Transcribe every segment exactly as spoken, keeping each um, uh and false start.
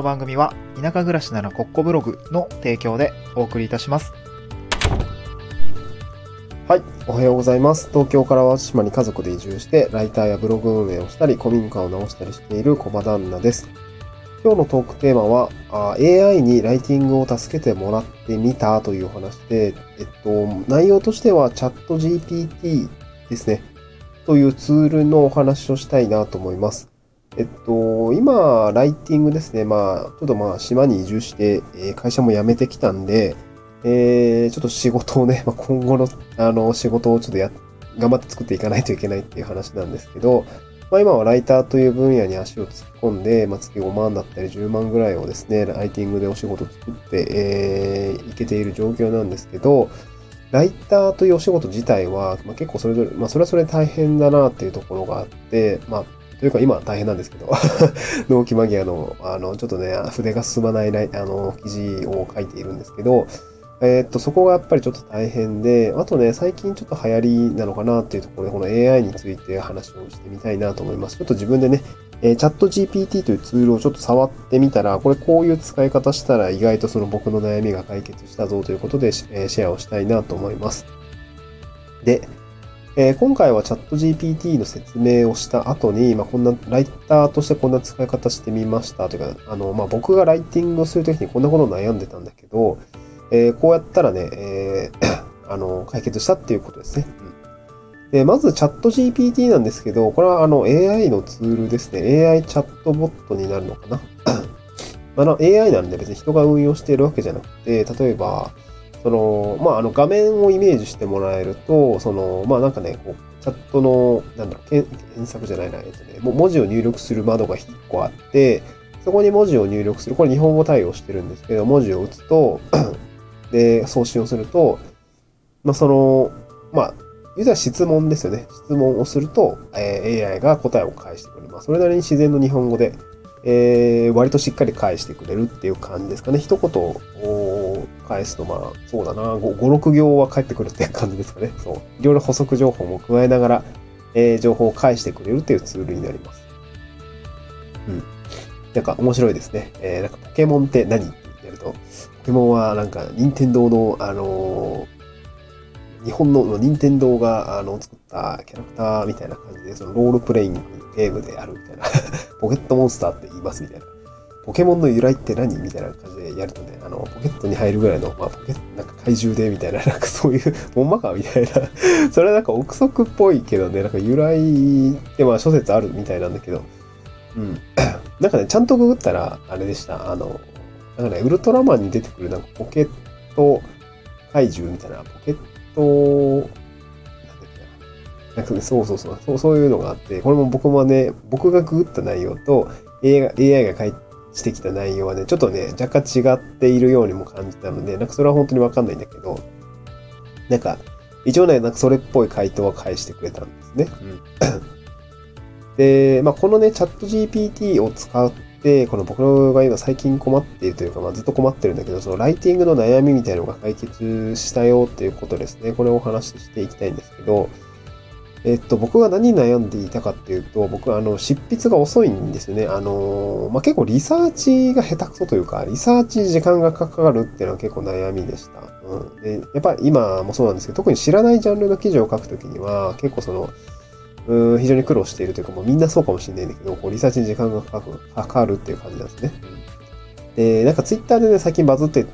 の番組は田舎暮らしならコッコブログの提供でお送りいたします。 はい、おはようございます。東京から淡路島に家族で移住してライターやブログ運営をしたり古民家を直したりしている小場旦那です。今日のトークテーマはあ エーアイ にライティングを助けてもらってみたというお話で、えっと、内容としてはチャット ジーピーティー ですねというツールのお話をしたいなと思います。えっと、今、ライティングですね。まあ、ちょっとまあ、島に移住して、えー会社も辞めてきたんで、えーちょっと仕事をね、まあ、今後の、あの、仕事をちょっとや、頑張って作っていかないといけないっていう話なんですけど、まあ、今はライターという分野に足を突っ込んで、まあ、月ごまんだったりじゅうまんぐらいをですね、ライティングでお仕事を作って、えーいけている状況なんですけど、ライターというお仕事自体は、まあ、結構それぞれ、まあ、それはそれで大変だなっていうところがあって、まあ、というか今は大変なんですけど、納期間際の、あの、ちょっとね、筆が進まないライ、あの、記事を書いているんですけど、えーっと、そこがやっぱりちょっと大変で、あとね、最近ちょっと流行りなのかなっていうところで、この エーアイ について話をしてみたいなと思います。ちょっと自分でね、えーチャット ジーピーティー というツールをちょっと触ってみたら、これこういう使い方したら意外とその僕の悩みが解決したぞということで、えーシェアをしたいなと思います。で、えー今回はチャット ジーピーティー の説明をした後に、まあ、こんな、ライターとしてこんな使い方してみましたというか、あの、まあ、僕がライティングをするときにこんなことを悩んでたんだけど、えーこうやったらね、えーあの、解決したっていうことですね。うん、で、まずチャット ジーピーティー なんですけど、これはあの エーアイ のツールですね。エーアイ チャットボットになるのかな。あの エーアイ なんで別に人が運用しているわけじゃなくて、例えば、その、まあ、あの画面をイメージしてもらえると、その、まあ、なんかね、こう、チャットの、なんだろう、検検索じゃないな、えっとね、もう文字を入力する窓がいっこあって、そこに文字を入力する。これ日本語対応してるんですけど、文字を打つと、で、送信をすると、まあ、その、まあ、言うたら質問ですよね。質問をすると、えー エーアイ が答えを返してくれます。それなりに自然の日本語で、えー割としっかり返してくれるっていう感じですかね。一言を返すと、まあ、そうだな、ご、ろく行は返ってくるっていう感じですかね。そう。いろいろ補足情報も加えながら、えー情報を返してくれるっていうツールになります。うん。なんか面白いですね。えーなんかポケモンって何ってやると、ポケモンはなんか、任天堂の、あのー日本の任天堂があの作ったキャラクターみたいな感じで、そのロールプレイングゲームであるみたいな、ポケットモンスターって言いますみたいな。ポケモンの由来って何みたいな感じでやるとね、あの、ポケットに入るぐらいの、まあ、ポケット、なんか怪獣でみたいな、なんかそういう、ほんまかみたいな。それはなんか憶測っぽいけどね、なんか由来ってまあ諸説あるみたいなんだけど、うん。なんかね、ちゃんとググったら、あれでした。あの、なんかね、ウルトラマンに出てくるなんかポケット怪獣みたいな、ポケットと、なんだっけな。なんかね、そうそうそう、そう、そういうのがあって、これも僕もね、僕がググった内容と エーアイ が、エーアイ が返してきた内容はね、ちょっとね、若干違っているようにも感じたので、なんかそれは本当にわかんないんだけど、なんか、一応ね、なんかそれっぽい回答は返してくれたんですね。うん。で、まあ、このね、チャット ジーピーティー を使って、この僕が今最近困っているというか、まあ、ずっと困ってるんだけど、そのライティングの悩みみたいなのが解決したよっていうことですね。これをお話ししていきたいんですけど、えっと、僕が何に悩んでいたかっていうと、僕はあの、執筆が遅いんですよね。あの、まあ、結構リサーチが下手くそというか、リサーチ時間がかかるっていうのは結構悩みでした。うん。で、やっぱり今もそうなんですけど、特に知らないジャンルの記事を書くときには、結構その、うーん、非常に苦労しているというか、もうみんなそうかもしれないんだけど、こうリサーチに時間がかかるかかるっていう感じなんですね。で、なんかツイッターでね、最近バズってって、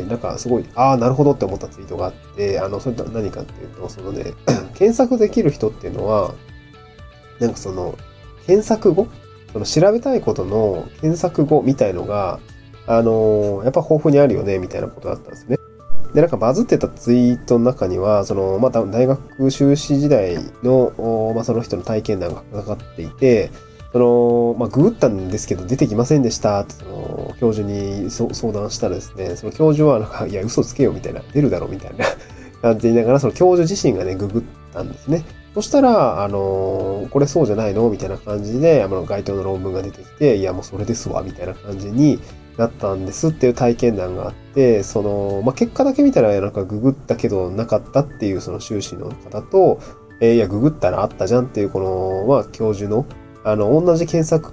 なんかすごい、ああ、なるほどって思ったツイートがあって、あの、それと何かっていうと、そのね、検索できる人っていうのは、なんかその、検索語その調べたいことの検索語みたいのが、あのーやっぱ豊富にあるよね、みたいなことだったんですね。で、なんかバズってたツイートの中には、その、また大学修士時代の、おまあ、その人の体験談がかかっていて、その、まあ、ググったんですけど出てきませんでしたって、その、教授にそ相談したらですね、その教授はなんか、いや、嘘つけよみたいな、出るだろみたいな感じで言いながら、その教授自身がね、ググったんですね。そしたら、あのこれそうじゃないのみたいな感じで、あの、該当の論文が出てきて、いや、もうそれですわ、みたいな感じになったんですっていう体験談があって、その、まあ、結果だけ見たら、なんかググったけどなかったっていうその修士の方と、えーいや、ググったらあったじゃんっていう、この、まあ、教授の、あの、同じ検索結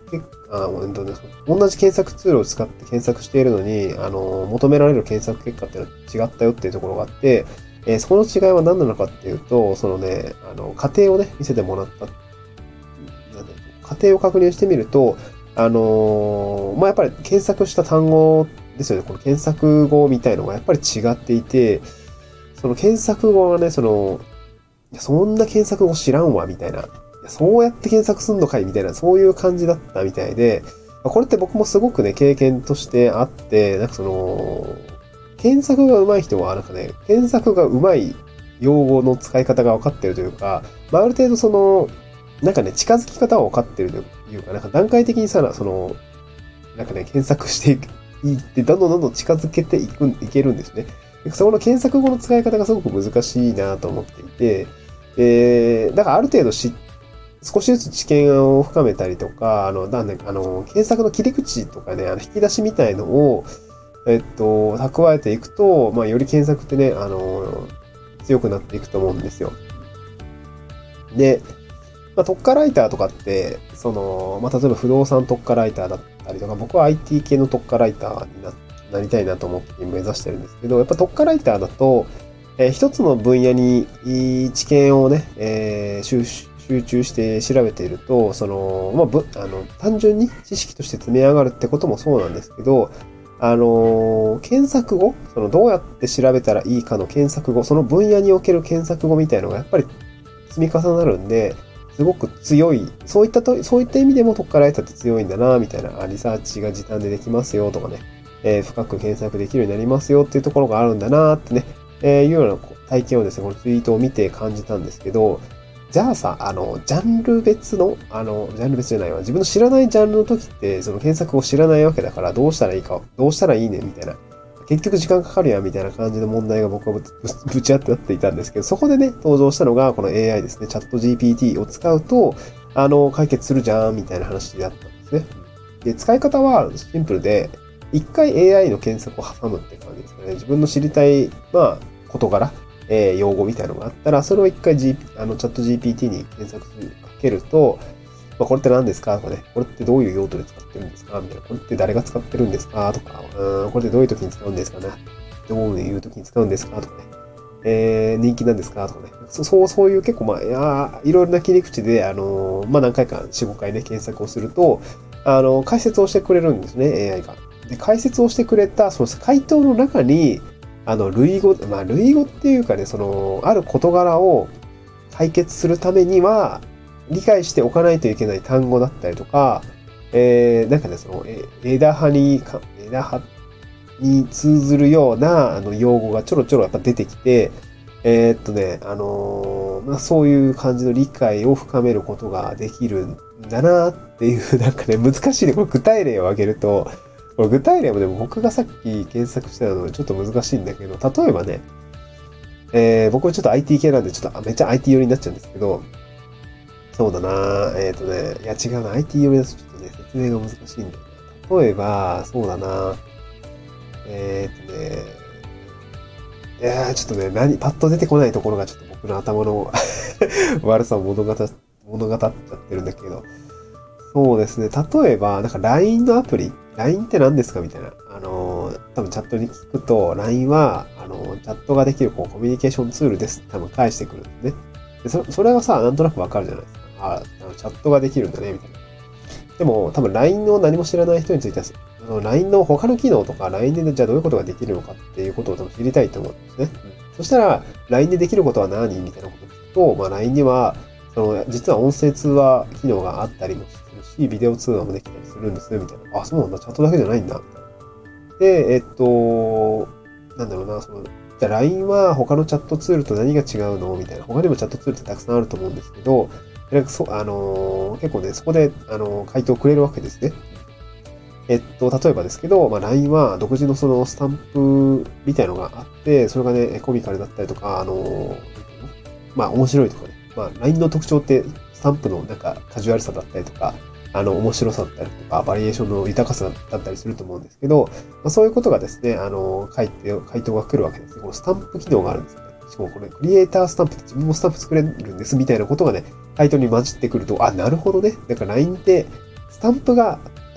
あえっとね、同じ検索ツールを使って検索しているのに、あの、求められる検索結果っていうのは違ったよっていうところがあって、えーそこの違いは何なのかっていうと、そのね、あの、過程をね、見せてもらった、なんだろう過程を確認してみると、あのーまあ、やっぱり検索した単語ですよね。この検索語みたいのがやっぱり違っていて、その検索語はね、その、いやそんな検索語知らんわ、みたいな。いやそうやって検索すんのかい、みたいな、そういう感じだったみたいで、これって僕もすごくね、経験としてあって、なんかその、検索が上手い人は、なんかね、検索が上手い用語の使い方が分かってるというか、まあ、ある程度その、なんかね、近づき方は分かってるというか、なんか段階的にさ、その、なんかね、検索していって、どんどんどんどん近づけていく、いけるんですね。でそこの検索語の使い方がすごく難しいなと思っていて、えー、だからある程度し、少しずつ知見を深めたりとか、あの、なんで、あの、検索の切り口とかね、あの、引き出しみたいのを、えっと、蓄えていくと、まあ、より検索ってね、あの、強くなっていくと思うんですよ。で、まあ、特化ライターとかって、その、まあ、例えば不動産特化ライターだったりとか、僕は アイティー 系の特化ライターにな、なりたいなと思って目指してるんですけど、やっぱ特化ライターだと、えー一つの分野にいい知見をね、えー集集中して調べていると、その、まあ、ぶ、あの、単純に知識として積み上がるってこともそうなんですけど、あのー検索語、そのどうやって調べたらいいかの検索語、その分野における検索語みたいのがやっぱり積み重なるんで、すごく強い、そういったと、そういった意味でも特化ライターって強いんだな、みたいな、あリサーチが時短でできますよとかね、えー深く検索できるようになりますよっていうところがあるんだなってね、えーいうような体験をですね、このツイートを見て感じたんですけど、じゃあさ、あの、ジャンル別の、あの、ジャンル別じゃないわ。自分の知らないジャンルの時って、その検索を知らないわけだから、どうしたらいいか、どうしたらいいね、みたいな。結局時間かかるやん、みたいな感じの問題が僕はぶぶぶち当たっていたんですけど、そこでね、登場したのが、この エーアイ ですね。チャット ジーピーティー を使うと、あの、解決するじゃん、みたいな話だったんですね。で、使い方はシンプルで、一回 エーアイ の検索を挟むって感じですかね。自分の知りたい、まあ、事柄、えー、用語みたいなのがあったら、それを一回、G、あのチャット ジーピーティー に検索かけると、まあ、これって何ですかとかね、これってどういう用途で使ってるんですかみたいな、これって誰が使ってるんですかとか、うん、これってどういう時に使うんですかねどういう時に使うんですかとかね、えー、人気なんですかとかね、そそう、そういう結構、まあ、いやいろいろな切り口で、あのー、まあ、何回か、よん、ごかいね、検索をすると、あのー、解説をしてくれるんですね、エーアイ が。で、解説をしてくれた、その回答の中に、あの、類語、まあ、類語っていうかね、その、ある事柄を解決するためには、理解しておかないといけない単語だったりとか、えー、なんかね、その、え枝葉にか、枝葉に通ずるような、あの、用語がちょろちょろやっぱ出てきて、えーっとね、あのーまあ、そういう感じの理解を深めることができるんだなっていう、なんかね、難しいね。これ具体例を挙げると、これ具体例もでも僕がさっき検索してたのでちょっと難しいんだけど、例えばね、えー、僕はちょっと アイティー 系なんでちょっとめっちゃ アイティー 寄りになっちゃうんですけど、そうだなえっとね、いや違うな、アイティー 寄りだとちょっとね、説明が難しいんだよな。例えば、そうだなえっとね、いやーちょっとね、何、パッと出てこないところがちょっと僕の頭の悪さを物語っ物語っちゃってるんだけど、そうですね。例えば、なんか ライン のアプリ ライン って何ですかみたいな。あのー、多分チャットに聞くと、ライン は、あのー、チャットができるこうコミュニケーションツールですって多分返してくるんですね。でそそれはさ、なんとなくわかるじゃないですか。ああ、チャットができるんだね、みたいな。でも、多分 ライン を何も知らない人については、その ライン の他の機能とか、ライン でじゃあどういうことができるのかっていうことを多分知りたいと思うんですね。うん、そしたら、ライン でできることは何みたいなことを聞くと、まあ ライン には、その、実は音声通話機能があったりもするし、ビデオ通話もできたりするんです、みたいな。あ、そうなんだ、チャットだけじゃないんだ、みたいな。で、えっと、なんだろうな、その、じゃあ ライン は他のチャットツールと何が違うのみたいな。他にもチャットツールってたくさんあると思うんですけど、なんかそあのー結構ね、そこで、あのー回答をくれるわけですね。えっと、例えばですけど、まあ、ライン は独自のそのスタンプみたいのがあって、それがね、コミカルだったりとか、あのーまあ、面白いとかね。まあ、ライン の特徴って、スタンプのなんかカジュアルさだったりとか、あの、面白さだったりとか、バリエーションの豊かさだったりすると思うんですけど、まあ、そういうことがですね、あの、書いて、回答が来るわけですね。このスタンプ機能があるんですね。しかもこれ、クリエイタースタンプって自分もスタンプ作れるんですみたいなことがね、回答に混じってくると、あ、なるほどね。だから ライン って、スタンプが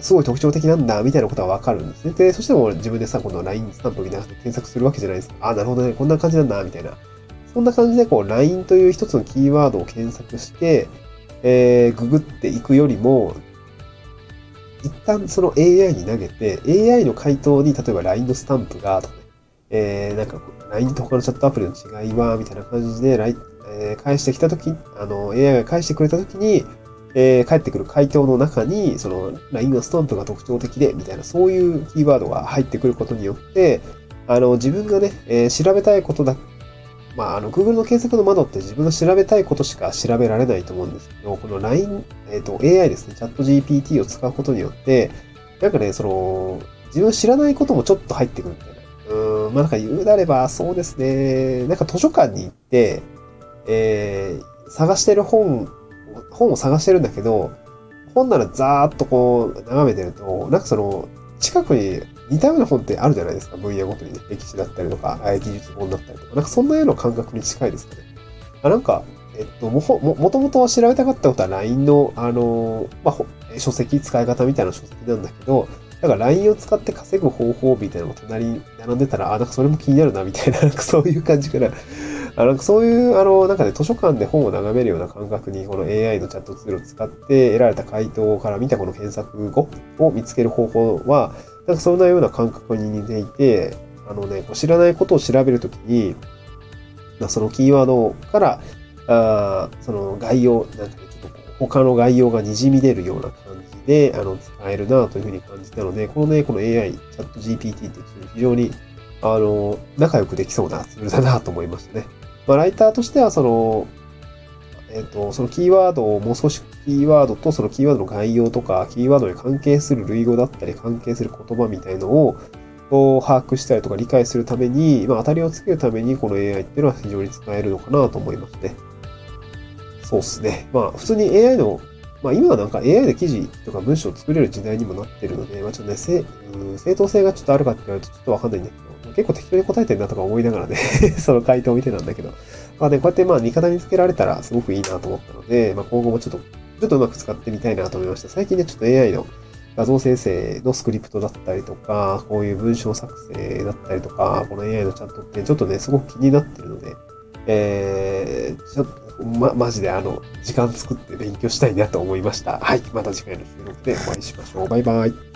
すごい特徴的なんだ、みたいなことはわかるんですね。で、そしても自分でさ、この ライン スタンプを見ながら検索するわけじゃないですか。あ、なるほどね、こんな感じなんだ、みたいな。そんな感じで、こう、ライン という一つのキーワードを検索して、えー、ググっていくよりも、一旦その エーアイ に投げて、エーアイ の回答に、例えば ライン のスタンプが、とかね、えー、なんか、ライン と他のチャットアプリの違いは、みたいな感じで、えー、返してきたとき、あの、エーアイ が返してくれたときに、えー、返ってくる回答の中に、その ライン のスタンプが特徴的で、みたいな、そういうキーワードが入ってくることによって、あの、自分がね、えー、調べたいことだ、まあ、あの、Google の検索の窓って自分が調べたいことしか調べられないと思うんですけど、この ライン、えっと、エーアイ ですね、チャット ジーピーティー を使うことによって、なんかね、その、自分知らないこともちょっと入ってくるみたいな。うーん、まあ、なんか言うなれば、そうですね、なんか図書館に行って、えー、探してる本、本を探してるんだけど、本ならざーっとこう、眺めてると、なんかその、近くに似たような本ってあるじゃないですか。分野ごとにね。歴史だったりとか、技術本だったりとか。なんかそんなような感覚に近いですかね。あ、なんか、えっと、も、も、もともと調べたかったことは ライン の、あの、まあ、書籍、使い方みたいな書籍なんだけど、だから ライン を使って稼ぐ方法みたいなのが隣に並んでたら、あ、なんかそれも気になるな、みたいな、なんかそういう感じかな。あなんかそういう、あの、なんかね、図書館で本を眺めるような感覚に、この エーアイ のチャットツールを使って得られた回答から見たこの検索語を見つける方法は、なんかそんなような感覚に似ていて、あのね、こう知らないことを調べるときに、まあ、そのキーワードから、あその概要、なんかね、ちょっと他の概要が滲み出るような感じで、あの、使えるなというふうに感じたので、このね、この エーアイ、チャット ジーピーティー って非常に、あの、仲良くできそうなツールだなと思いましたね。まあ、ライターとしては、その、えっと、そのキーワードをもう少し、キーワードとそのキーワードの概要とか、キーワードに関係する類語だったり、関係する言葉みたいのを、把握したりとか理解するために、まあ、当たりをつけるために、この エーアイ っていうのは非常に使えるのかなと思いますね。そうですね。まあ、普通に エーアイ の、まあ、今はなんか エーアイ で記事とか文章を作れる時代にもなってるので、まあ、ちょっとね、正、うん、正当性がちょっとあるかって言われるとちょっとわかんないんだけど、結構適当に答えてるなとか思いながらねその回答を見てたんだけど、まあね、こうやってまあ味方につけられたらすごくいいなと思ったので、まあ今後もちょっと、ちょっとうまく使ってみたいなと思いました。最近ね、ちょっと エーアイ の画像生成のスクリプトだったりとか、こういう文章作成だったりとか、この エーアイ のチャットってちょっとね、すごく気になってるので、えー、ちょっと、ま、マジであの、時間作って勉強したいなと思いました。はい。また次回の収録でお会いしましょう。バイバイ。